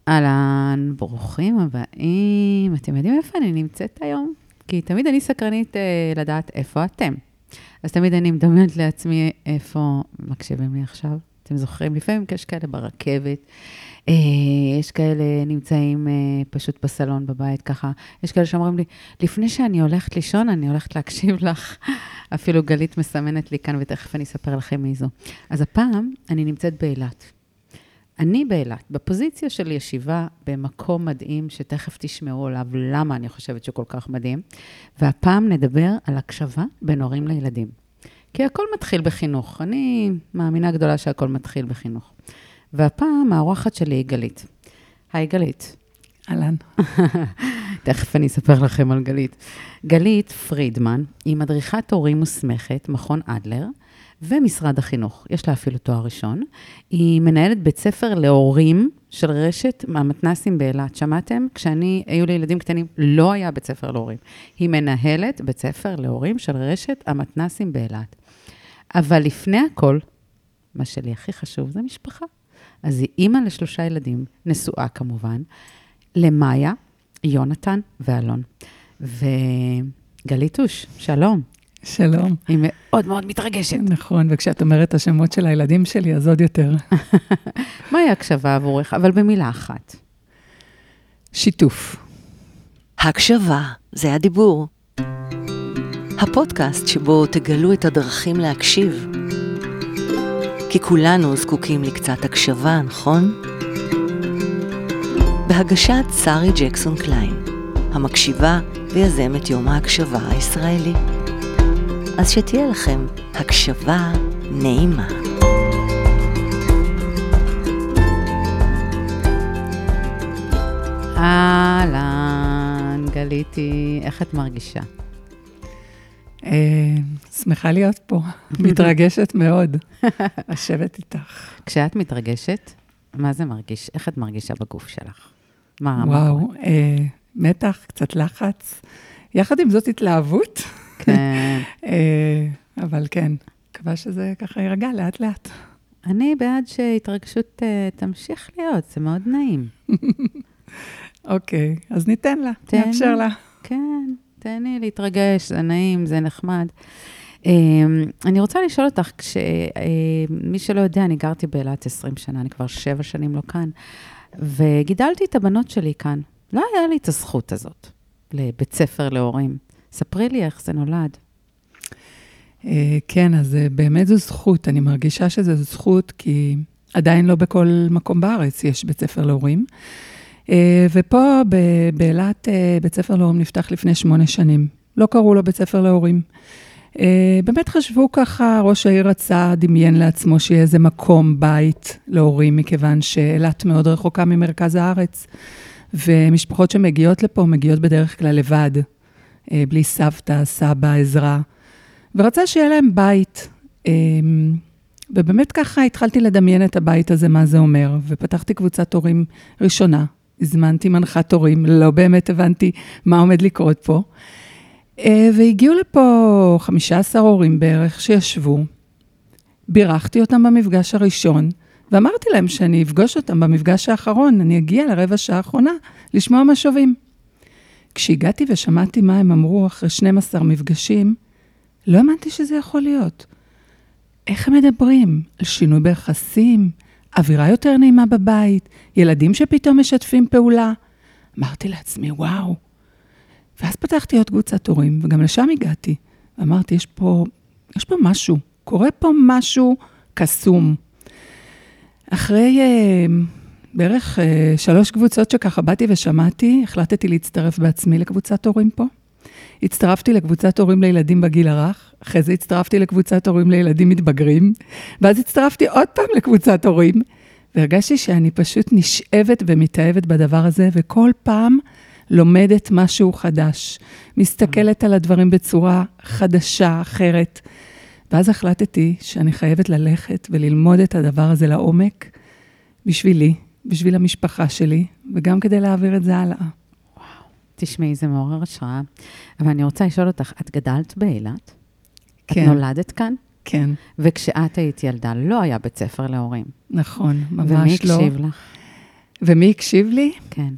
אהלן, ברוכים הבאים. אתם יודעים איפה אני נמצאת היום? כי תמיד אני סקרנית לדעת איפה אתם. אז תמיד אני מדמיינת לעצמי איפה מקשיבים לי עכשיו. אתם זוכרים? לפעמים יש כאלה ברכבת, יש כאלה נמצאים פשוט בסלון בבית ככה. יש כאלה שאומרים לי, לפני שאני הולכת לישון, אני הולכת להקשיב לך. אפילו גלית מסמנת לי כאן, ותכף אני אספר לכם מי זו. אז הפעם אני נמצאת באילת. אני באילת, בפוזיציה של ישיבה במקום מדהים, שתכף תשמעו עליו למה אני חושבת שכל כך מדהים, והפעם נדבר על הקשבה בין הורים לילדים. כי הכל מתחיל בחינוך, אני מאמינה גדולה שהכל מתחיל בחינוך. והפעם האורחת שלי היא גלית. היי גלית. אהלן. תכף אני אספר לכם על גלית. גלית פרידמן היא מדריכת הורים מוסמכת, מכון אדלר, ומשרד החינוך, יש לה אפילו תואר ראשון. היא מנהלת בית ספר להורים של רשת המתנסים באילת. שמעתם? היו לי ילדים קטנים, לא היה בית ספר להורים. היא מנהלת בית ספר להורים של רשת המתנסים באילת. אבל לפני הכל, מה שלי הכי חשוב זה משפחה. אז היא אימא ל3 ילדים, נשואה כמובן, למאיה, יונתן ואלון. וגליתוש, שלום. שלום. היא מאוד מאוד מתרגשת. נכון, וכשאת אומרת השמות של הילדים שלי, אז עוד יותר. מהי הקשבה עבורך? אבל במילה אחת. שיתוף. הקשבה, זה הדיבור. הפודקאסט שבו תגלו את הדרכים להקשיב. כי כולנו זקוקים לקצת הקשבה, נכון? בהגשת שרי ג'קסון קליין, המקשיבה ויזמת יום ההקשבה הישראלי. אז שתהיה לכם הקשבה נעימה. אהלן, גליתי, איך את מרגישה? שמחה להיות פה, מתרגשת מאוד, לשבת איתך. כשאת מתרגשת, מה זה מרגיש? איך את מרגישה בגוף שלך? וואו, מתח, קצת לחץ, יחד עם זאת התלהבות. כן. אבל כן, מקווה שזה ככה ירגע לאט לאט. אני בעד שהתרגשות תמשיך להיות, זה מאוד נעים. אוקיי, אז ניתן לה, נאפשר לה. כן, תני להתרגש, זה נעים, זה נחמד. אני רוצה לשאול אותך, מי שלא יודע, אני גרתי באילת 20 שנה, אני כבר 7 שנים לא כאן, וגידלתי את הבנות שלי כאן. לא היה לי את הזכות הזאת, לבית ספר להורים. ספרי לי איך זה נולד. כן, אז באמת זו זכות. אני מרגישה שזו זכות, כי עדיין לא בכל מקום בארץ יש בית ספר להורים. ופה באילת בית ספר להורים נפתח לפני 8 שנים. לא קראו לו בית ספר להורים. באמת חשבו ככה, ראש העיר רצה, דמיין לעצמו שיהיה איזה מקום, בית להורים, מכיוון שאילת מאוד רחוקה ממרכז הארץ. ומשפחות שמגיעות לפה מגיעות בדרך כלל לבד. בלי סבתא, סבא, עזרה, ורצה שיהיה להם בית, ובאמת ככה התחלתי לדמיין את הבית הזה, מה זה אומר, ופתחתי קבוצת הורים ראשונה, הזמנתי מנחת הורים, לא באמת הבנתי מה עומד לקרות פה, והגיעו לפה 15 הורים בערך שישבו, בירכתי אותם במפגש הראשון, ואמרתי להם שאני אפגוש אותם במפגש האחרון, אני אגיע לרבע שעה האחרונה לשמוע משובים. כשהגעתי ושמעתי מה הם אמרו אחרי 12 מפגשים, לא האמנתי שזה יכול להיות. איך הם מדברים? על שינוי ביחסים, אווירה יותר נעימה בבית, ילדים שפתאום משתפים פעולה. אמרתי לעצמי, וואו. ואז פתחתי עוד קבוצת הורים, וגם לשם הגעתי. ואמרתי, יש פה משהו, קורה פה משהו קסום. אחרי בערך 3 קבוצות שככה באתי ושמעתי, החלטתי להצטרף בעצמי לקבוצת הורים פה. הצטרפתי לקבוצת הורים לילדים בגיל הרך, אחרי זה הצטרפתי לקבוצת הורים לילדים מתבגרים, ואז הצטרפתי עוד פעם לקבוצת הורים, והרגשתי שאני פשוט נשאבת ומתאהבת בדבר הזה, וכל פעם לומדת משהו חדש, מסתכלת על הדברים בצורה חדשה, אחרת, ואז החלטתי שאני חייבת ללכת וללמוד את הדבר הזה לעומק, בשבילי, בשביל המשפחה שלי, וגם כדי להעביר את זה הלאה. וואו, תשמעי, זה מעורר השראה. אבל אני רוצה לשאול אותך, את גדלת באילת? כן. את נולדת כאן? כן. וכשאת היית ילדה, לא היה בית ספר להורים. נכון, ממש לא. ומי הקשיב לך? ומי הקשיב לי? כן.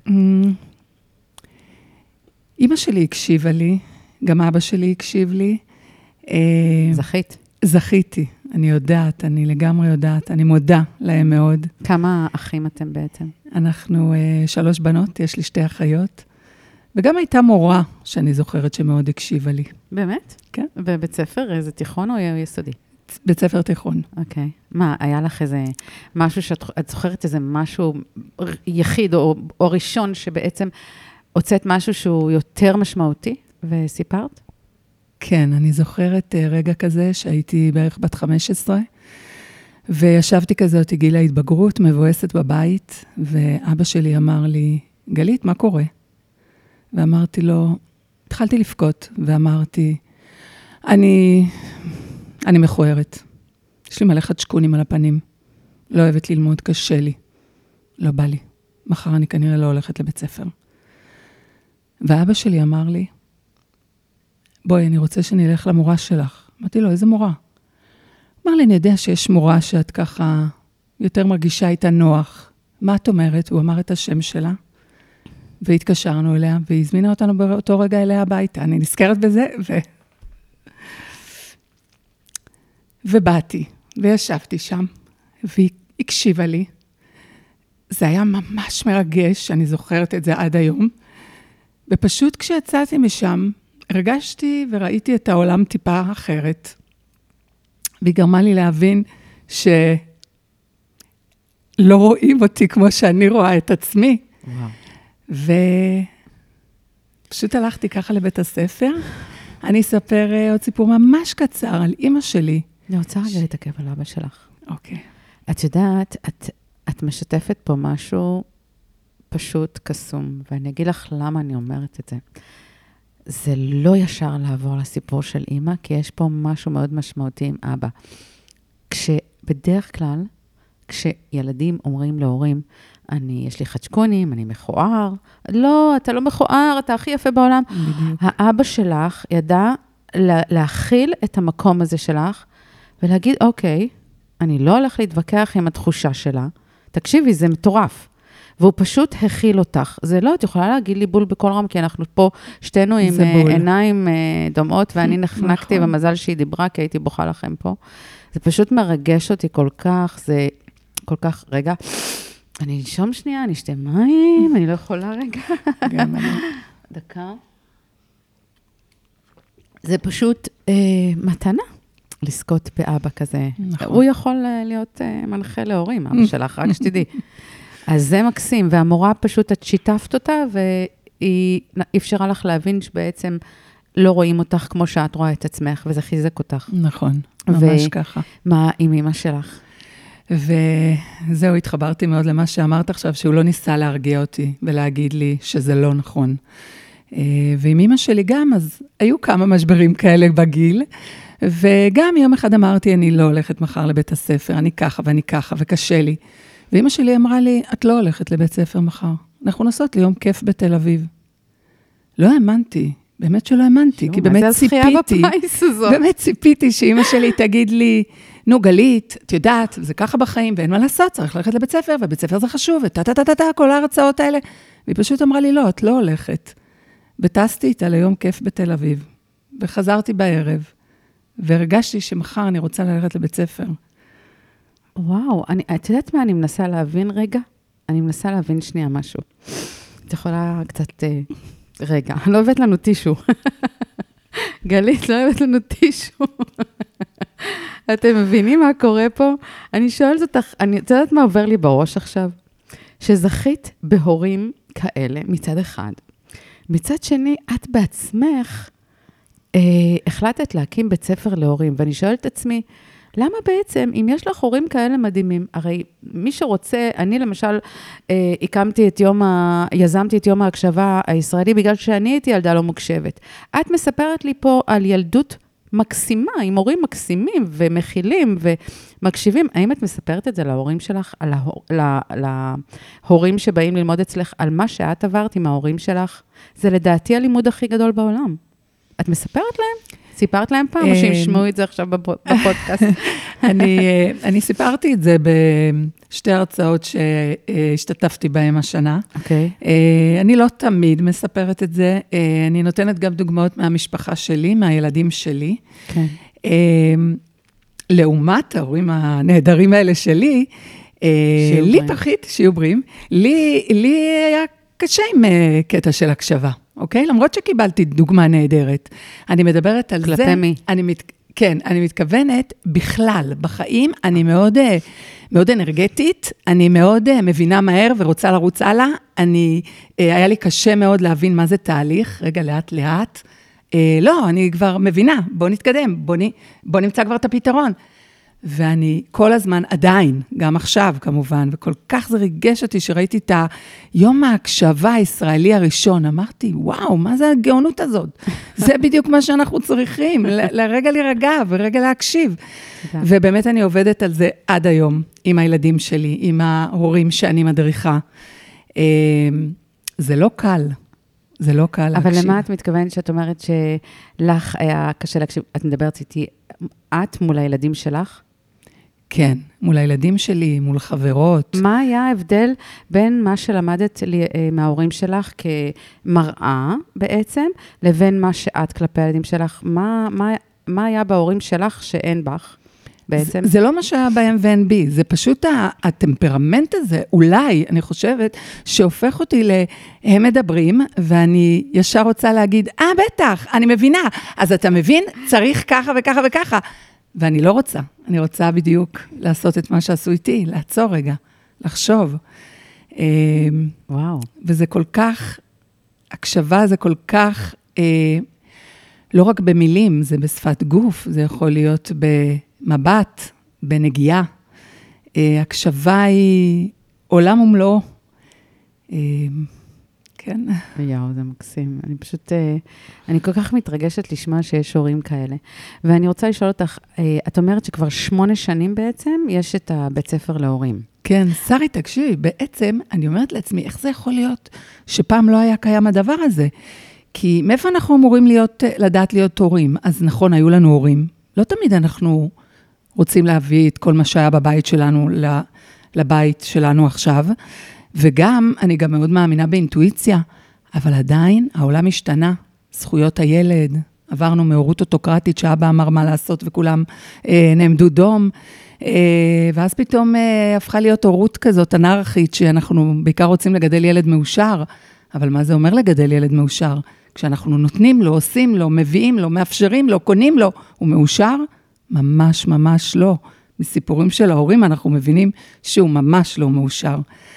אמא שלי הקשיבה לי, גם אבא שלי הקשיב לי. זכית. זכיתי, אני יודעת, אני לגמרי יודעת, אני מודה להם מאוד. כמה אחים אתם בעצם? אנחנו 3 בנות, יש לי 2 אחיות, וגם הייתה מורה שאני זוכרת שמאוד הקשיבה לי. באמת? כן. ובית ספר, איזה תיכון או יסודי? בית ספר תיכון. אוקיי. מה, היה לך איזה משהו את זוכרת איזה משהו יחיד או ראשון שבעצם הוצאת משהו שהוא יותר משמעותי וסיפרת? כן, אני זוכרת רגע כזה שהייתי בערך בת 15, וישבתי כזאת גיל ההתבגרות, מבואסת בבית, ואבא שלי אמר לי, גלית, מה קורה? ואמרתי לו, התחלתי לבכות, ואמרתי, אני מכוערת. יש לי מלא חדשקונים על הפנים. לא אוהבת ללמוד, קשה לי. לא בא לי. מחר אני כנראה לא הולכת לבית ספר. ואבא שלי אמר לי, בואי, אני רוצה שאני אלך למורה שלך. אמרתי לו, איזה מורה? אמר לי, אני יודע שיש מורה שאת ככה יותר מרגישה איתה נוח. מה את אומרת? הוא אמר את השם שלה, והתקשרנו אליה, והיא הזמינה אותנו באותו רגע אליה הביתה. אני נזכרת בזה, ובאתי, וישבתי שם, והיא הקשיבה לי. זה היה ממש מרגש, אני זוכרת את זה עד היום. ופשוט כשיצאתי משם, הרגשתי וראיתי את העולם טיפה אחרת. והיא גרמה לי להבין שלא רואים אותי כמו שאני רואה את עצמי. וואו. ופשוט הלכתי ככה לבית הספר. אני אספר עוד סיפור ממש קצר על אמא שלי. אני רוצה רגע להתעכב על אבא שלך. אוקיי. את יודעת, את משתפת פה משהו פשוט קסום, ואני אגיד לך למה אני אומרת את זה. זה לא ישר לעבור לסיפור של אמא, כי יש פה משהו מאוד משמעותי עם אבא. בדרך כלל, כשילדים אומרים להורים, יש לי חדשקונים, אני מכוער, לא, אתה לא מכוער, אתה הכי יפה בעולם. בדיוק. האבא שלך ידע להכיל את המקום הזה שלך, ולהגיד, אוקיי, אני לא הולך להתווכח עם התחושה שלה, תקשיבי, זה מטורף. והוא פשוט הכיל אותך. זה לא, את יכולה להגיד לי בול בכל רם, כי אנחנו פה שתינו עם עיניים דומעות, ואני נחנקתי, ומזל שהיא דיברה, כי הייתי בוכה לכם פה. זה פשוט מרגש אותי כל כך, זה כל כך, רגע, אני נשום שנייה, אני אשתה מים, אני לא יכולה רגע. גם אני. דקה. זה פשוט מתנה. לזכות באבא כזה. נכון. הוא יכול להיות מנחה להורים, אבא שלך, רק שתדעי. אז זה מקסים, והמורה פשוט, את שיתפת אותה, והיא אפשרה לך להבין שבעצם לא רואים אותך כמו שאת רואה את עצמך, וזה חיזק אותך. נכון, ממש ככה. מה עם אמא שלך? וזהו, התחברתי מאוד למה שאמרת עכשיו, שהוא לא ניסה להרגיע אותי, ולהגיד לי שזה לא נכון. ועם אמא שלי גם, אז היו כמה משברים כאלה בגיל, וגם יום אחד אמרתי, אני לא הולכת מחר לבית הספר, אני ככה ואני ככה, וקשה לי. ואמא שלי אמרה לי, את לא הולכת לבית ספר מחר, אנחנו נוסעות ליום כיף בתל אביב. לא האמנתי, באמת שלא האמנתי, כי באמת ציפיתי שאמא שלי תגיד לי, נו גלית, את יודעת, זה ככה בחיים, ואין מה לעשות, צריך ללכת לבית ספר, ובית ספר זה חשוב, כל ההרצאות האלה. והיא פשוט אמרה לי, לא, את לא הולכת. וטסתי איתה ליום כיף בתל אביב, וחזרתי בערב, והרגשתי שמחר אני רוצה ללכת לבית ספר. וואו, את יודעת מה אני מנסה להבין רגע? אני מנסה להבין שנייה משהו. את יכולה קצת, רגע, לא הבאת לנו טישו. גלית, לא הבאת לנו טישו. אתם מבינים מה קורה פה? אני שואלת אותך, את יודעת מה עובר לי בראש עכשיו? שזכית בהורים כאלה מצד אחד. מצד שני, את בעצמך החלטת להקים בית ספר להורים, ואני שואלת את עצמי, למה בעצם, אם יש לך הורים כאלה מדהימים, הרי מי שרוצה, אני למשל יזמתי את יום ההקשבה הישראלי, בגלל שאני הייתי ילדה לא מוקשבת. את מספרת לי פה על ילדות מקסימה, עם הורים מקסימים ומכילים ומקשיבים. האם את מספרת את זה להורים שלך, להורים שבאים ללמוד אצלך, על מה שאת עברת עם ההורים שלך? זה לדעתי הלימוד הכי גדול בעולם. את מספרת להם? סיפרת להם פעם, או שישמעו את זה עכשיו בפודקאסט? אני סיפרתי את זה בשתי הרצאות שהשתתפתי בהן השנה. אוקיי. אני לא תמיד מספרת את זה, אני נותנת גם דוגמאות מהמשפחה שלי, מהילדים שלי. כן. לעומת ההורים הנהדרים האלה שלי, לי פחית, שיהיו בריאים, לי היה קשה עם קטע של הקשבה, אוקיי? למרות שקיבלתי דוגמה נהדרת. אני מדברת על זה. כלפי מי? כן, אני מתכוונת בכלל, בחיים אני מאוד אנרגטית, אני מאוד מבינה מהר ורוצה לרוץ הלאה, היה לי קשה מאוד להבין מה זה תהליך, רגע לאט לאט, לא, אני כבר מבינה, בוא נתקדם, בוא נמצא כבר את הפתרון. ואני כל הזמן, עדיין, גם עכשיו כמובן, וכל כך זה ריגש אותי שראיתי את יום ההקשבה הישראלי הראשון, אמרתי, וואו, מה זה הגאונות הזאת? זה בדיוק מה שאנחנו צריכים, לרגע להירגע ורגע להקשיב. ובאמת אני עובדת על זה עד היום, עם הילדים שלי, עם ההורים שאני מדריכה. זה לא קל. זה לא קל להקשיב. אבל למה את מתכוונת שאת אומרת שלך היה קשה להקשיב? את מדברת איתי, את מול הילדים שלך? כן, מול הילדים שלי, מול חברות. מה היה ההבדל בין מה שלמדת מההורים שלך כמראה בעצם, לבין מה שאת כלפי הילדים שלך? מה היה בהורים שלך שאין בך? בעצם. זה לא מה שהיה בהם ואין בי, זה פשוט הטמפרמנט הזה, אולי, אני חושבת, שהופך אותי הם מדברים, ואני ישר רוצה להגיד, בטח, אני מבינה, אז אתה מבין, צריך ככה וככה וככה, ואני לא רוצה, אני רוצה בדיוק לעשות את מה שעשו איתי, לעצור רגע, לחשוב. וואו. וזה כל כך, הקשבה זה כל כך, לא רק במילים, זה בשפת גוף, זה יכול להיות במבט, בנגיעה. הקשבה היא עולם ומלואו. כן. יאו, זה מקסים. אני כל כך מתרגשת לשמוע שיש הורים כאלה. ואני רוצה לשאול אותך, את אומרת שכבר 8 שנים בעצם יש את הבית ספר להורים. כן, שרי, תקשיבי, בעצם אני אומרת לעצמי, איך זה יכול להיות שפעם לא היה קיים הדבר הזה? כי מאיפה אנחנו אמורים לדעת להיות הורים? אז נכון, היו לנו הורים. לא תמיד אנחנו רוצים להביא את כל מה שהיה בבית שלנו לבית שלנו עכשיו, וגם, אני גם מאוד מאמינה באינטואיציה, אבל עדיין העולם השתנה, זכויות הילד, עברנו מהורות אוטוקרטית שאבא אמר מה לעשות וכולם נעמדו דום, ואז פתאום הפכה להיות הורות כזאת אנרכית, שאנחנו בעיקר רוצים לגדל ילד מאושר, אבל מה זה אומר לגדל ילד מאושר? כשאנחנו נותנים לו, עושים לו, מביאים לו, מאפשרים לו, קונים לו, הוא מאושר? ממש ממש לא. מסיפורים של ההורים אנחנו מבינים שהוא ממש לא מאושר.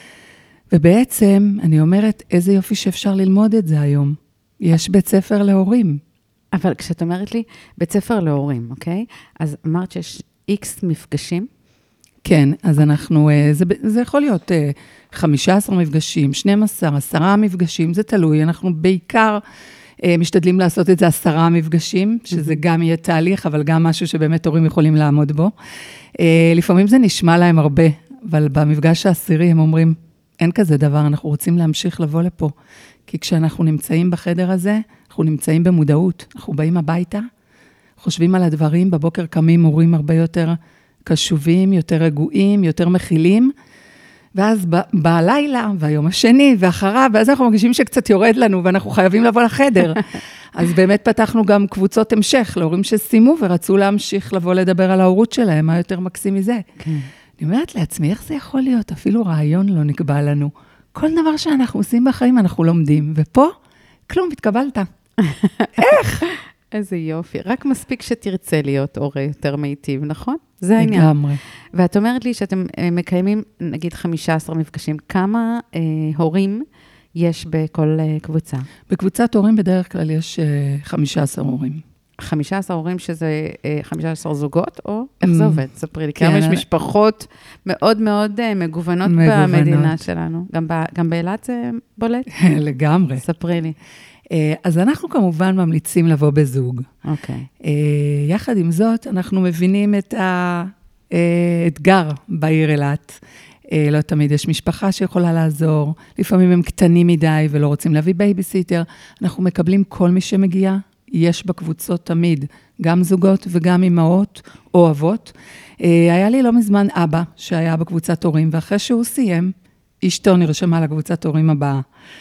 ובעצם אני אומרת, איזה יופי שאפשר ללמוד את זה היום. יש בית ספר להורים. אבל כשאת אומרת לי, בית ספר להורים, אוקיי? אז אמרת שיש X מפגשים? כן, אז אנחנו, זה יכול להיות 15 מפגשים, 12, 10 מפגשים, זה תלוי. אנחנו בעיקר משתדלים לעשות את זה 10 מפגשים, שזה גם יהיה תהליך, אבל גם משהו שבאמת הורים יכולים לעמוד בו. לפעמים זה נשמע להם הרבה, אבל במפגש העשירי הם אומרים, אין כזה דבר, אנחנו רוצים להמשיך לבוא לפה. כי כשאנחנו נמצאים בחדר הזה, אנחנו נמצאים במודעות. אנחנו באים הביתה, חושבים על הדברים, בבוקר קמים הורים הרבה יותר קשובים, יותר רגועים, יותר מכילים, ואז בלילה, והיום השני, ואחריו, ואז אנחנו מרגישים שקצת יורד לנו, ואנחנו חייבים לבוא לחדר. אז באמת פתחנו גם קבוצות המשך, להורים שסיימו ורצו להמשיך לבוא לדבר על ההורות שלהם, מה יותר מקסים מזה. כן. אני אומרת לעצמי, איך זה יכול להיות? אפילו רעיון לא נקבע לנו. כל דבר שאנחנו עושים בחיים, אנחנו לומדים, ופה, כלום, התקבלת. איך? איזה יופי. רק מספיק שתרצה להיות הורה יותר מיטיב, נכון? זה העניין. לגמרי. ואת אומרת לי שאתם מקיימים, נגיד, 15 מפגשים. כמה הורים יש בכל קבוצה? בקבוצת הורים בדרך כלל יש 15 הורים. 15 הורים שזה 15 זוגות, או איך זה עובד? ספרי לי, כמה יש משפחות מאוד מאוד מגוונות במדינה שלנו. גם באילת זה בולט? לגמרי. ספרי לי. אז אנחנו כמובן ממליצים לבוא בזוג. אוקיי. יחד עם זאת, אנחנו מבינים את האתגר בעיר אילת. לא תמיד יש משפחה שיכולה לעזור, לפעמים הם קטנים מדי ולא רוצים להביא בייביסיטר. אנחנו מקבלים כל מי שמגיע, יש בקבוצות תמיד, גם זוגות וגם אמהות או אבות. היה לי לא מזמן אבא שהיה בקבוצת הורים, ואחרי שהוא סיים, אשתו נרשמה לקבוצת הורים הבאה.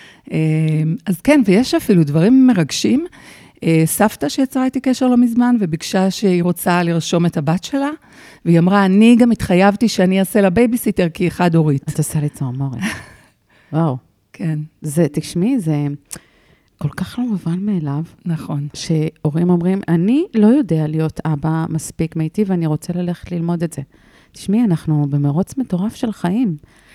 אז כן, ויש אפילו דברים מרגשים. סבתא שיצרה איתי קשר לא מזמן, וביקשה שהיא רוצה לרשום את הבת שלה, והיא אמרה, אני גם התחייבתי שאני אעשה לה בייביסיטר, כי היא חד הורית. את עושה לי צמרמורת. וואו. כן. תשמעי, זה כל כך לא מובן מאליו. נכון. שהורים אומרים, אני לא יודע להיות אבא מספיק מיטיב, ואני רוצה ללכת ללמוד את זה. תשמעי, אנחנו במרוץ מטורף של חיים.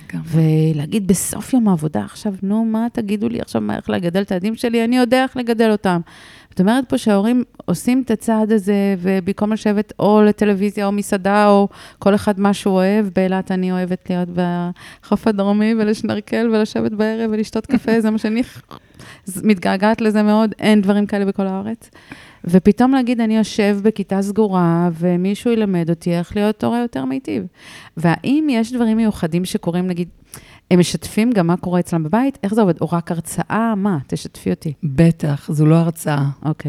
ולהגיד בסוף יום העבודה, עכשיו, נו, מה תגידו לי עכשיו, איך לגדל את הילדים שלי? אני יודע איך לגדל אותם. זאת אומרת פה שההורים עושים את הצעד הזה, ובמקום לשבת או לטלוויזיה או מסעדה, או כל אחד מה שהוא אוהב, באילת אני אוהבת להיות בחוף הדרומי, ולשנרקל ולשבת בערב ולשתות קפה, זה מה שאני מתגעגעת לזה מאוד, אין דברים כאלה בכל הארץ. ופתאום להגיד, אני יושב בכיתה סגורה, ומישהו ילמד אותי איך להיות הורה יותר מיטיב. והאם יש דברים מיוחדים שקורים, נגיד, הם משתפים גם מה קורה אצלם בבית? איך זה עובד? או רק הרצאה? מה? תשתפי אותי. בטח, זו לא הרצאה. אוקיי.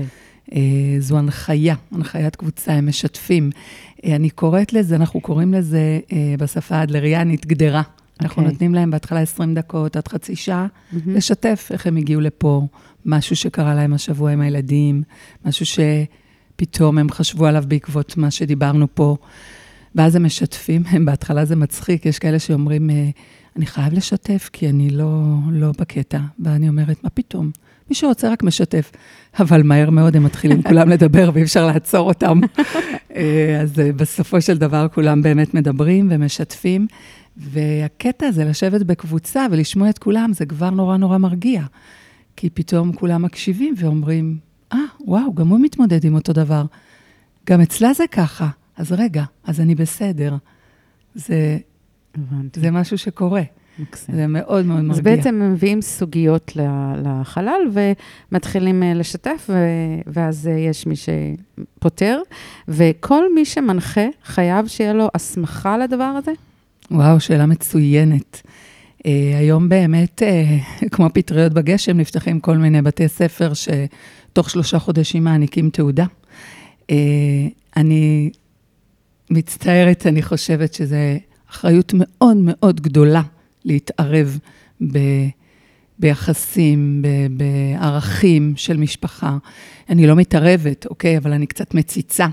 זו הנחיית קבוצה, הם משתפים. אני קוראת לזה, אנחנו קוראים לזה בשפה האדלריאנית, גדרה. אנחנו נותנים להם בהתחלה 20 דקות, עד חצי שעה, לשתף איך הם הגיעו לפה, משהו שקרה להם השבוע עם הילדים, משהו שפתאום הם חשבו עליו בעקבות מה שדיברנו פה, ואז הם משתפים, בהתחלה זה מצחיק, יש כאלה שאומרים, אני חייב לשתף, כי אני לא בקטע, ואני אומרת, מה פתאום? מי שרוצה רק משתף, אבל מהר מאוד הם מתחילים כולם לדבר, ואי אפשר לעצור אותם. אז בסופו של דבר כולם באמת מדברים ומשתפים, והקטע הזה לשבת בקבוצה ולשמוע את כולם, זה כבר נורא נורא מרגיע. כי פתאום כולם מקשיבים ואומרים, וואו, גם הוא מתמודד עם אותו דבר. גם אצלה זה ככה. אז רגע, אז אני בסדר. זה משהו שקורה. זה מאוד מאוד מרגיע. אז בעצם הם מביאים סוגיות לחלל, ומתחילים לשתף, ואז יש מי שפותר, וכל מי שמנחה חייב שיהיה לו הסמכה לדבר הזה? וואו, שאלה מצוינת. היום באמת, כמו פטריות בגשם, נפתחים כל מיני בתי ספר שתוך 3 חודשים מעניקים תעודה. אני מצטערת, אני חושבת שזו אחריות מאוד מאוד גדולה להתערב ביחסים, בערכים של משפחה. אני לא מתערבת, אוקיי, אבל אני קצת מציצה.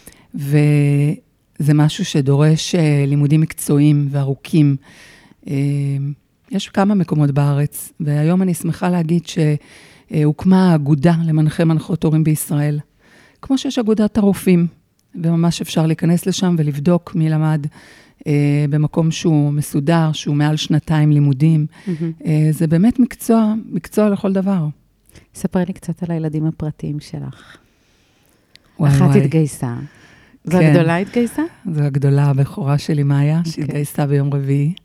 וזה משהו שדורש לימודים מקצועיים וארוכים. יש כמה מקומות בארץ, והיום אני שמחה להגיד שהוקמה אגודה למנחי מנחות הורים בישראל. כמו שיש אגודת הרופאים, וממש אפשר להיכנס לשם ולבדוק מי למד במקום שהוא מסודר, שהוא מעל 2 לימודים. זה באמת מקצוע לכל דבר. ספרי לי קצת על הילדים הפרטיים שלך. אחת התגייסה. זו הגדולה התגייסה? זו הגדולה, הבכורה שלי, מאיה, שהתגייסה ביום רביעי.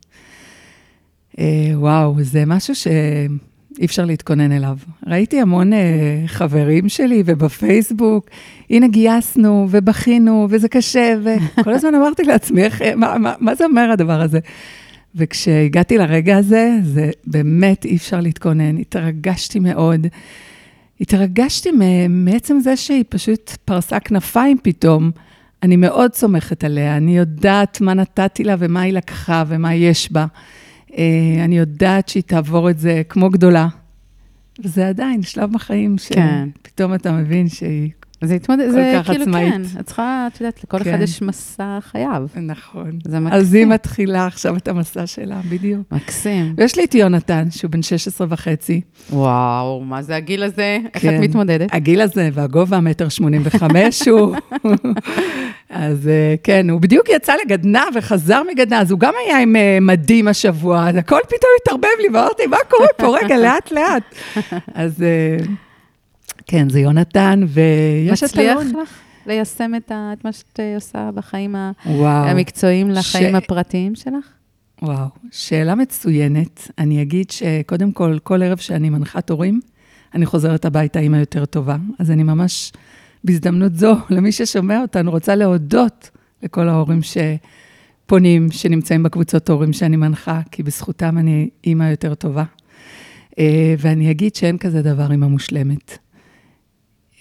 וואו, זה משהו שאי אפשר להתכונן אליו. ראיתי המון חברים שלי ובפייסבוק, הנה גייסנו ובכינו וזה קשה, וכל הזמן אמרתי לעצמי, מה זה אומר הדבר הזה? וכשהגעתי לרגע הזה, זה באמת אי אפשר להתכונן, התרגשתי מאוד. התרגשתי מעצם זה שהיא פשוט פרסה כנפיים פתאום, אני מאוד סומכת עליה, אני יודעת מה נתתי לה ומה היא לקחה ומה יש בה. אני יודעת שהיא תעבור את זה כמו גדולה. וזה עדיין שלב בחיים שפתאום אתה מבין שהיא כל כך עצמאית. כן, את צריכה, את יודעת, לכל אחד יש מסע חייו. נכון. זה מקסים. אז היא מתחילה עכשיו את המסע שלה, בדיוק. מקסים. ויש לי את יונתן, שהוא בן 16.5. וואו, מה זה הגיל הזה? איך את מתמודדת? הגיל הזה, והגובה 1.85 הוא. אז כן, הוא בדיוק יצא לגדנה וחזר מגדנה, אז הוא גם היה עם מדים השבוע, אז הכל פתאום התערבב לי, ואמרתי, מה קורה פה? רגע, לאט לאט. אז כן, זה יונתן, ויש את אלון. מצליח לך ליישם את מה שאת עושה בחיים המקצועיים לחיים הפרטיים שלך? וואו, שאלה מצוינת. אני אגיד שקודם כל ערב שאני מנחת הורים, אני חוזרת הביתה אימא יותר טובה. אז אני ממש, בהזדמנות זו, למי ששומע אותנו, רוצה להודות לכל ההורים שפונים, שנמצאים בקבוצות הורים שאני מנחה, כי בזכותם אני אימא יותר טובה. ואני אגיד שאין כזה דבר אימא מושלמת.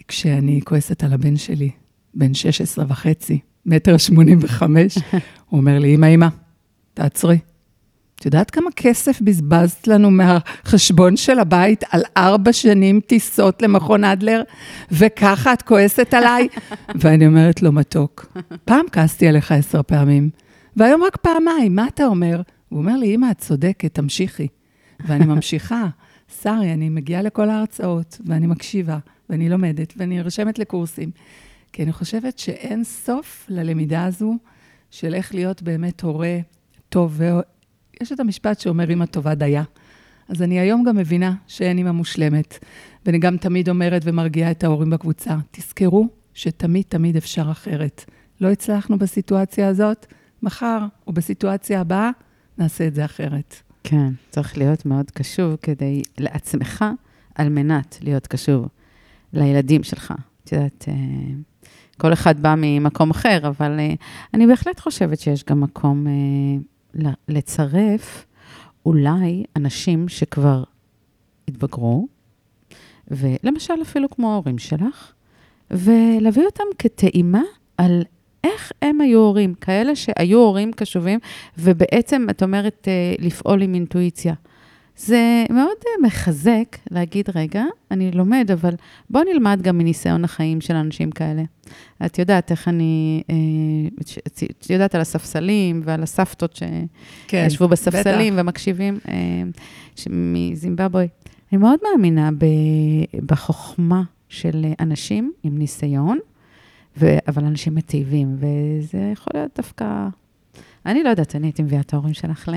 כשאני כועסת על הבן שלי, בן 16.5, 1.85 הוא אומר לי, אמא, תעצרי. את יודעת כמה כסף בזבזת לנו מהחשבון של הבית על 4 שנים טיסות למכון אדלר, וככה את כועסת עליי? ואני אומרת לו, מתוק, פעם כעסתי עליך 10 פעמים, והיום רק פעמיים, מה אתה אומר? הוא אומר לי, אמא, את צודקת, תמשיכי. ואני ממשיכה, שרי, אני מגיעה לכל ההרצאות, ואני מקשיבה, ואני לומדת, ואני רשמת לקורסים, כי אני חושבת שאין סוף ללמידה הזו, של איך להיות באמת הורה טוב, יש את המשפט שאומר, אמא טובה דייה. אז אני היום גם מבינה שאין אמא מושלמת, ואני גם תמיד אומרת ומרגיעה את ההורים בקבוצה, תזכרו שתמיד תמיד אפשר אחרת. לא הצלחנו בסיטואציה הזאת, מחר או בסיטואציה הבאה, נעשה את זה אחרת. כן, צריך להיות מאוד קשוב כדי לעצמך, על מנת להיות קשוב לילדים שלך. את יודעת, כל אחד בא ממקום אחר, אבל אני בהחלט חושבת שיש גם מקום לצרף אולי אנשים שכבר התבגרו, ולמשל אפילו כמו ההורים שלך, ולהביא אותם כטעימה על איך הם היו הורים, כאלה שהיו הורים קשובים, ובעצם את אומרת לפעול עם אינטואיציה. זה מאוד מחזק להגיד, רגע, אני לומד, אבל בוא נלמד גם מניסיון החיים של אנשים כאלה. את יודעת איך את יודעת על הספסלים ועל הסבתות שישבו בספסלים ומקשיבים מזימבבואה. אני מאוד מאמינה בחוכמה של אנשים עם ניסיון, אבל אנשים מטיבים, וזה יכול להיות דווקא... אני לא יודעת, אני הייתי מביאה את ההורים שלך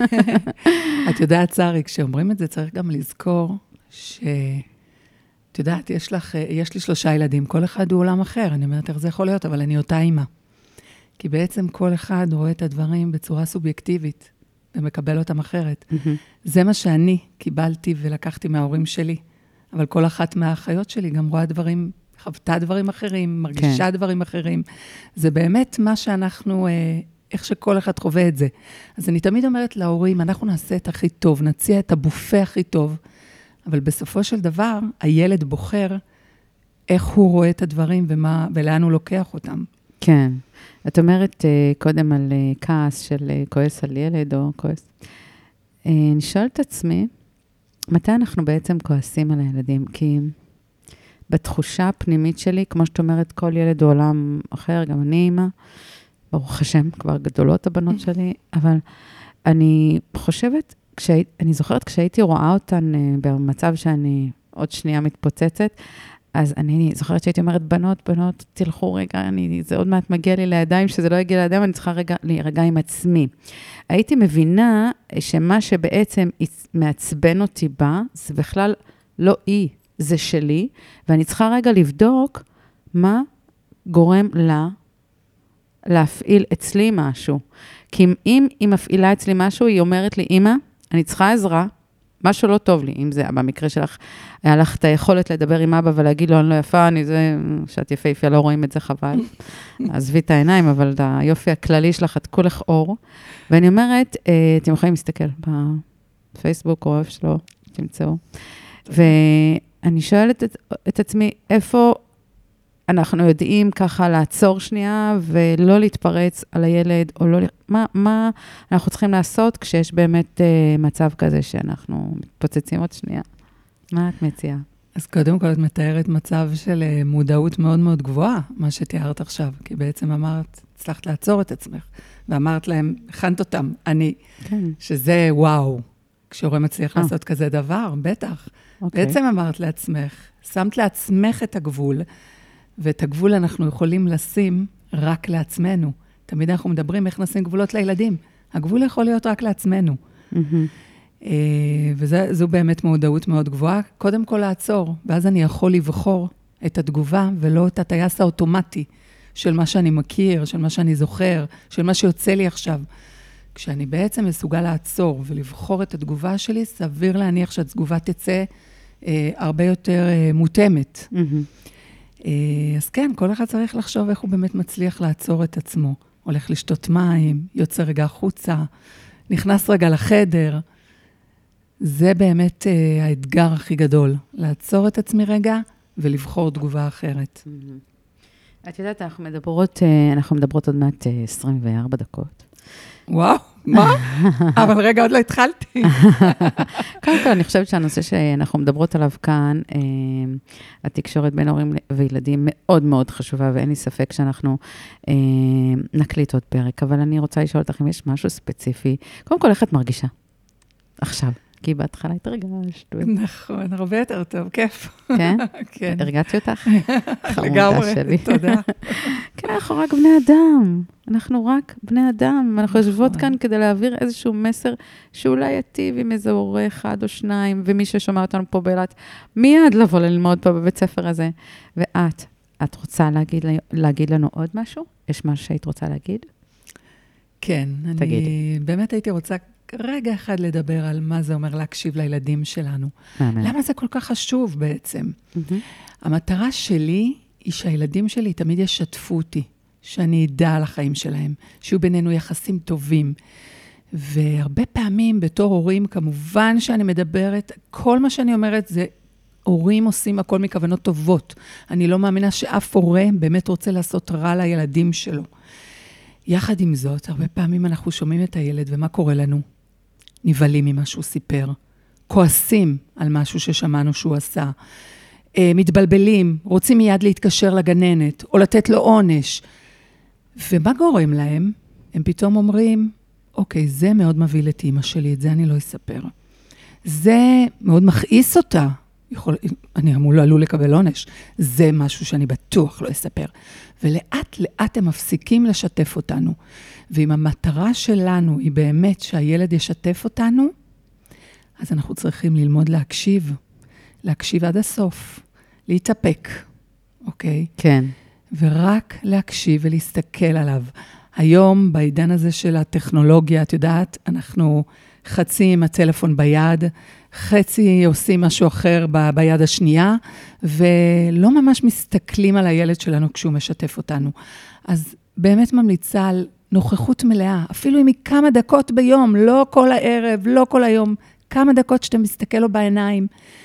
את יודעת, שרי, כשאומרים את זה, צריך גם לזכור את יודעת, יש לי 3 ילדים, כל אחד הוא עולם אחר, אני אומרת, איך זה יכול להיות, אבל אני אותה אימא. כי בעצם כל אחד רואה את הדברים בצורה סובייקטיבית, ומקבל אותם אחרת. זה מה שאני קיבלתי ולקחתי מההורים שלי, אבל כל אחת מהאחיות שלי גם רואה דברים, חוותה דברים אחרים, מרגישה דברים אחרים. זה באמת מה שאנחנו... איך שכל אחד חווה את זה. אז אני תמיד אומרת להורים, אנחנו נעשה את הכי טוב, נציע את הבופה הכי טוב, אבל בסופו של דבר, הילד בוחר איך הוא רואה את הדברים ולאן הוא לוקח אותם. כן. את אומרת קודם על כעס של כועס על ילד או כועס. אני שואלת את עצמי, מתי אנחנו בעצם כועסים על הילדים? כי בתחושה הפנימית שלי, כמו שאת אומרת, כל ילד הוא עולם אחר, גם אני אימא, ברוך השם, כבר גדולות הבנות שלי, אבל אני חושבת, אני זוכרת כשהייתי רואה אותן במצב שאני עוד שנייה מתפוצצת, אז אני זוכרת שהייתי אומרת, בנות, תלכו רגע, זה עוד מעט מגיע לי לידיים, שזה לא יגיע לידיים, אני צריכה להירגע עם עצמי. הייתי מבינה שמה שבעצם מעצבן אותי בה, זה בכלל לא היא, זה שלי, ואני צריכה רגע לבדוק מה גורם לה, להפעיל אצלי משהו. כי אם היא מפעילה אצלי משהו, היא אומרת לי, אמא, אני צריכה עזרה, משהו לא טוב לי, אם זה, במקרה שלך, היה לך את היכולת לדבר עם אבא ולהגיד לו, אני לא יפה, שאת יפהפייה, לא רואים את זה חבל. עזבי את העיניים, אבל את היופי הכללי שלך, את כולך אור. ואני אומרת, אתם יכולים להסתכל בפייסבוק או איפה שלא, תמצאו. ואני שואלת את עצמי, איפה אנחנו יודעים ככה לעצור שנייה, ולא להתפרץ על הילד, או לא... מה אנחנו צריכים לעשות כשיש באמת מצב כזה שאנחנו מתפוצצים עוד שנייה? מה את מציעה? אז קודם כל את מתארת מצב של מודעות מאוד מאוד גבוהה, מה שתיארת עכשיו, כי בעצם אמרת, הצלחת לעצור את עצמך, ואמרת להם, הכנת אותם, אני, שזה וואו, כשהורה מצליח לעשות כזה דבר, בטח. בעצם אמרת לעצמך, שמת לעצמך את הגבול, ואת הגבול אנחנו יכולים לשים רק לעצמנו. תמיד אנחנו מדברים איך נשים גבולות לילדים. הגבול יכול להיות רק לעצמנו. וזו באמת מודעות מאוד גבוהה. קודם כל לעצור, ואז אני יכול לבחור את התגובה, ולא את הטייס האוטומטי של מה שאני מכיר, של מה שאני זוכר, של מה שיוצא לי עכשיו. כשאני בעצם מסוגל לעצור ולבחור את התגובה שלי, סביר להניח שהתגובה תצא הרבה יותר מותאמת. אז כן, כל אחד צריך לחשוב איך הוא באמת מצליח לעצור את עצמו. הולך לשתות מים, יוצא רגע החוצה, נכנס רגע לחדר. זה באמת האתגר הכי גדול. לעצור את עצמי רגע ולבחור תגובה אחרת. את יודעת, אנחנו מדברות עוד מעט 24 דקות. וואו, מה? אבל רגע, עוד לא התחלתי. קודם כל, אני חושבת שהנושא שאנחנו מדברות עליו כאן, התקשורת בין הורים וילדים מאוד מאוד חשובה, ואין לי ספק שאנחנו נקליט עוד פרק, אבל אני רוצה לשאול אותך אם יש משהו ספציפי. קודם כל, איך את מרגישה? עכשיו. כי בהתחלה התרגשת. נכון, הרבה יותר טוב, כיף. כן? כן. הרגעתי אותך? לגמרי, תודה. כן, אנחנו רק בני אדם. אנחנו רק בני אדם. אנחנו יושבות כאן כדי להעביר איזשהו מסר שאולי יטיב עם איזה הורה אחד או שניים, ומי ששומע אותנו פה באילת, מיד לבוא ללמוד פה בבית ספר הזה. את רוצה להגיד לנו עוד משהו? יש משהו שהיית רוצה להגיד? כן, אני באמת הייתי רוצה רגע אחד לדבר על מה זה אומר להקשיב לילדים שלנו. למה זה כל כך חשוב בעצם? המטרה שלי היא שהילדים שלי תמיד ישתפו אותי, שאני אדע על החיים שלהם, שיהיו בינינו יחסים טובים. והרבה פעמים בתור הורים, כמובן שאני מדברת, כל מה שאני אומרת זה, הורים עושים הכל מכוונות טובות. אני לא מאמינה שאף הורה באמת רוצה לעשות רע לילדים שלו. יחד עם זאת, הרבה פעמים אנחנו שומעים את הילד, ומה קורה לנו? נבלים ממה שהוא סיפר, כועסים על משהו ששמענו שהוא עשה, מתבלבלים, רוצים מיד להתקשר לגננת, או לתת לו עונש. ומה גורם להם? הם פתאום אומרים, אוקיי, זה מאוד מביא את אמא שלי, את זה אני לא אספר. זה מאוד מכעיס אותה, אני עלול לקבל עונש, זה משהו שאני בטוח לא אספר. ולאט לאט הם מפסיקים לשתף אותנו. ואם המטרה שלנו היא באמת שהילד ישתף אותנו, אז אנחנו צריכים ללמוד להקשיב עד הסוף, להתאפק, אוקיי? כן. ורק להקשיב ולהסתכל עליו. היום, בעידן הזה של הטכנולוגיה, את יודעת, אנחנו חצי עם הטלפון ביד, חצי עושים משהו אחר ביד השנייה, ולא ממש מסתכלים על הילד שלנו כשהוא משתף אותנו. אז באמת ממליצה על נוכחות מלאה, אפילו אם היא כמה דקות ביום, לא כל הערב, לא כל היום, כמה דקות שאתה מסתכל לו בעיניים.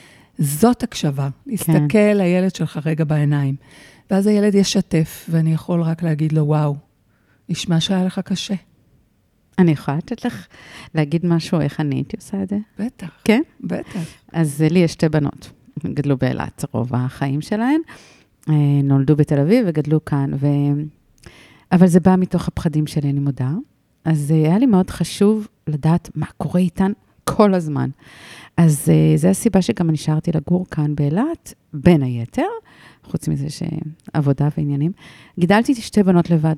זאת הקשבה, להסתכל לילד שלך רגע בעיניים. ואז הילד ישתף, ואני יכול רק להגיד לו, וואו, נשמע שהיה לך קשה. אני יכולה לתת לך להגיד משהו, איך אני הייתי עושה את זה? בטח. כן? בטח. אז לי יש 2 בנות, גדלו באילת, רוב החיים שלהן, נולדו בתל אביב וגדלו כאן, אבל זה בא מתוך הפחדים שלי, אני מודה. אז היה לי מאוד חשוב לדעת מה קורה איתן כל הזמן. אז זו הסיבה שגם אני נשארתי לגור כאן באילת, בין היתר, חוץ מזה שעבודה ועניינים. גידלתי 2 בנות לבד.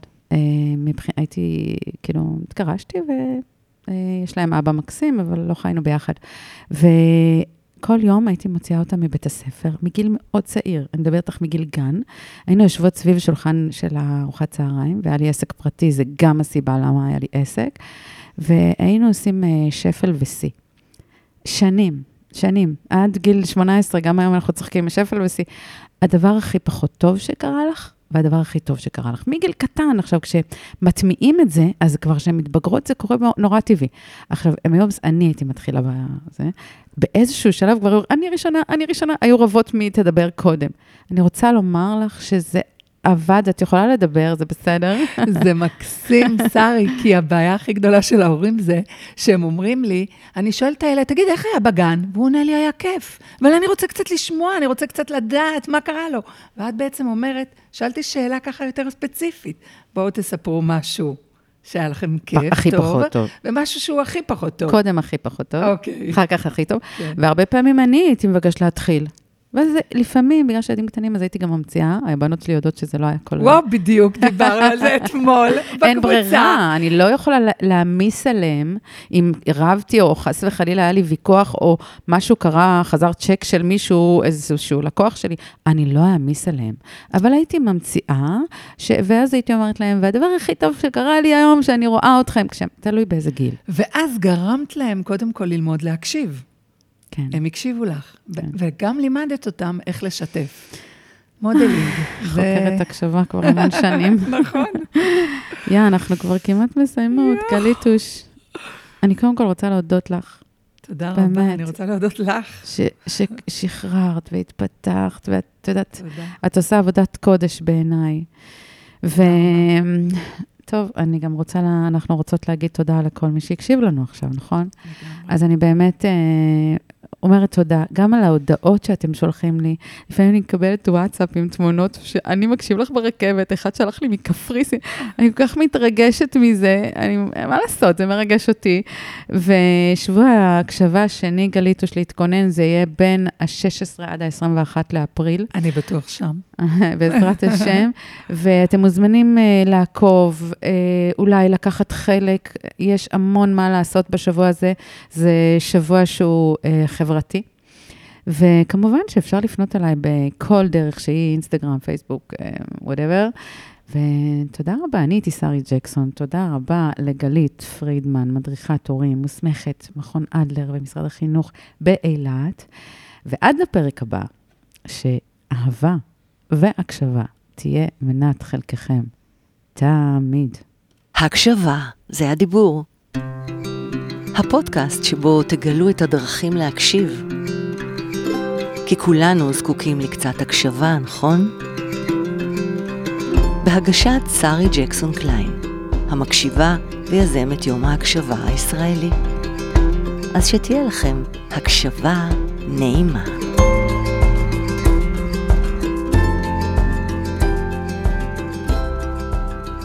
הייתי, כאילו, התקרשתי ויש להם אבא מקסים, אבל לא חיינו ביחד. וכל יום הייתי מוציאה אותה מבית הספר, מגיל מאוד צעיר, אני מדברת לך מגיל גן. היינו יושבות סביב שולחן של ארוחת צהריים, והיה לי עסק פרטי, זה גם הסיבה למה היה לי עסק. והיינו עושים שפל וסי. שנים, עד גיל 18, גם היום אנחנו צוחקים שפל וסי. הדבר הכי פחות טוב שקרה לך, והדבר הכי טוב שקרה לך. מגיל קטן, עכשיו, כשמטמיעים את זה, אז כבר כשהן מתבגרות, זה קורה נורא טבעי. עכשיו, אני הייתי מתחילה בזה, באיזשהו שלב כבר, אני ראשונה, היו רבות מי תדבר קודם. אני רוצה לומר לך שזה עבד, את יכולה לדבר, זה בסדר? זה מקסים, שרי, כי הבעיה הכי גדולה של ההורים זה, שהם אומרים לי, אני שואלת הילד, תגיד, איך היה בגן? והוא עונה לי, היה כיף. אבל אני רוצה קצת לשמוע, אני רוצה קצת לדעת מה קרה לו. ואת בעצם אומרת, שאלתי שאלה ככה יותר ספציפית. בואו תספרו משהו שהיה לכם כיף, הכי פחות טוב. ומשהו שהוא הכי פחות טוב. קודם הכי פחות טוב, אוקיי. אחר כך הכי טוב. והרבה פעמים אני הייתי מבקש להתחיל. ואז לפעמים, בגלל שהילדים קטנים, אז הייתי גם ממציאה, הבנות שלי יודעות שזה לא היה כל... וואו, בדיוק, דיברנו על זה אתמול, בקבוצה. אין ברירה, אני לא יכולה להמיס עליהם, אם רבתי או חס וחלילה היה לי ויכוח, או משהו קרה, חזר צ'ק של מישהו, איזשהו לקוח שלי, אני לא אמיס עליהם. אבל הייתי ממציאה, ואז הייתי אומרת להם, והדבר הכי טוב שקרה לי היום, שאני רואה אתכם, תלוי באיזה גיל. ואז גרמת להם קודם כל ללמוד להקשיב. כן. הם הקשיבו לך, כן. וגם לימדת אותם איך לשתף. מודלינג. חוקרת הקשבה כבר המון שנים. נכון. אנחנו כבר כמעט מסיימות, קליטוש. אני קודם כל רוצה להודות לך. תודה רבה, אני רוצה להודות לך. ששחררת והתפתחת, ואת יודעת, את עושה עבודת קודש בעיניי. טוב, אני גם אנחנו רוצות להגיד תודה לכל מי שהקשיב לנו עכשיו, נכון? אז אני באמת אומרת תודה, גם על ההודעות שאתם שולחים לי. לפעמים אני מקבלת וואטסאפ עם תמונות שאני מקשיב לך ברכבת, אחד שלח לי מקפריסין, אני כל כך מתרגשת מזה, מה לעשות, זה מרגש אותי. ושבוע ההקשבה השני, גליתוש להתכונן, זה יהיה בין ה-16 עד ה-21 לאפריל. אני בטוח שם. בעזרת השם, ואתם מוזמנים לעקוב, אולי לקחת חלק, יש המון מה לעשות בשבוע הזה, זה שבוע שהוא חברתי, וכמובן שאפשר לפנות אליי בכל דרך שהיא, אינסטגרם, פייסבוק, whatever, ותודה רבה, אני הייתי שרי ג'קסון, תודה רבה לגלית פרידמן, מדריכת הורים, מוסמכת, מכון אדלר ומשרד החינוך באילת, ועד לפרק הבא, שאהבה והקשבה תהיה מנת חלקכם, תמיד. הקשבה, זה הדיבור. הפודקאסט שבו תגלו את הדרכים להקשיב. כי כולנו זקוקים לקצת הקשבה, נכון? בהגשת שרי ג'קסון קליין, המקשיבה ויזמת יום ההקשבה הישראלי. אז שתהיה לכם הקשבה נעימה.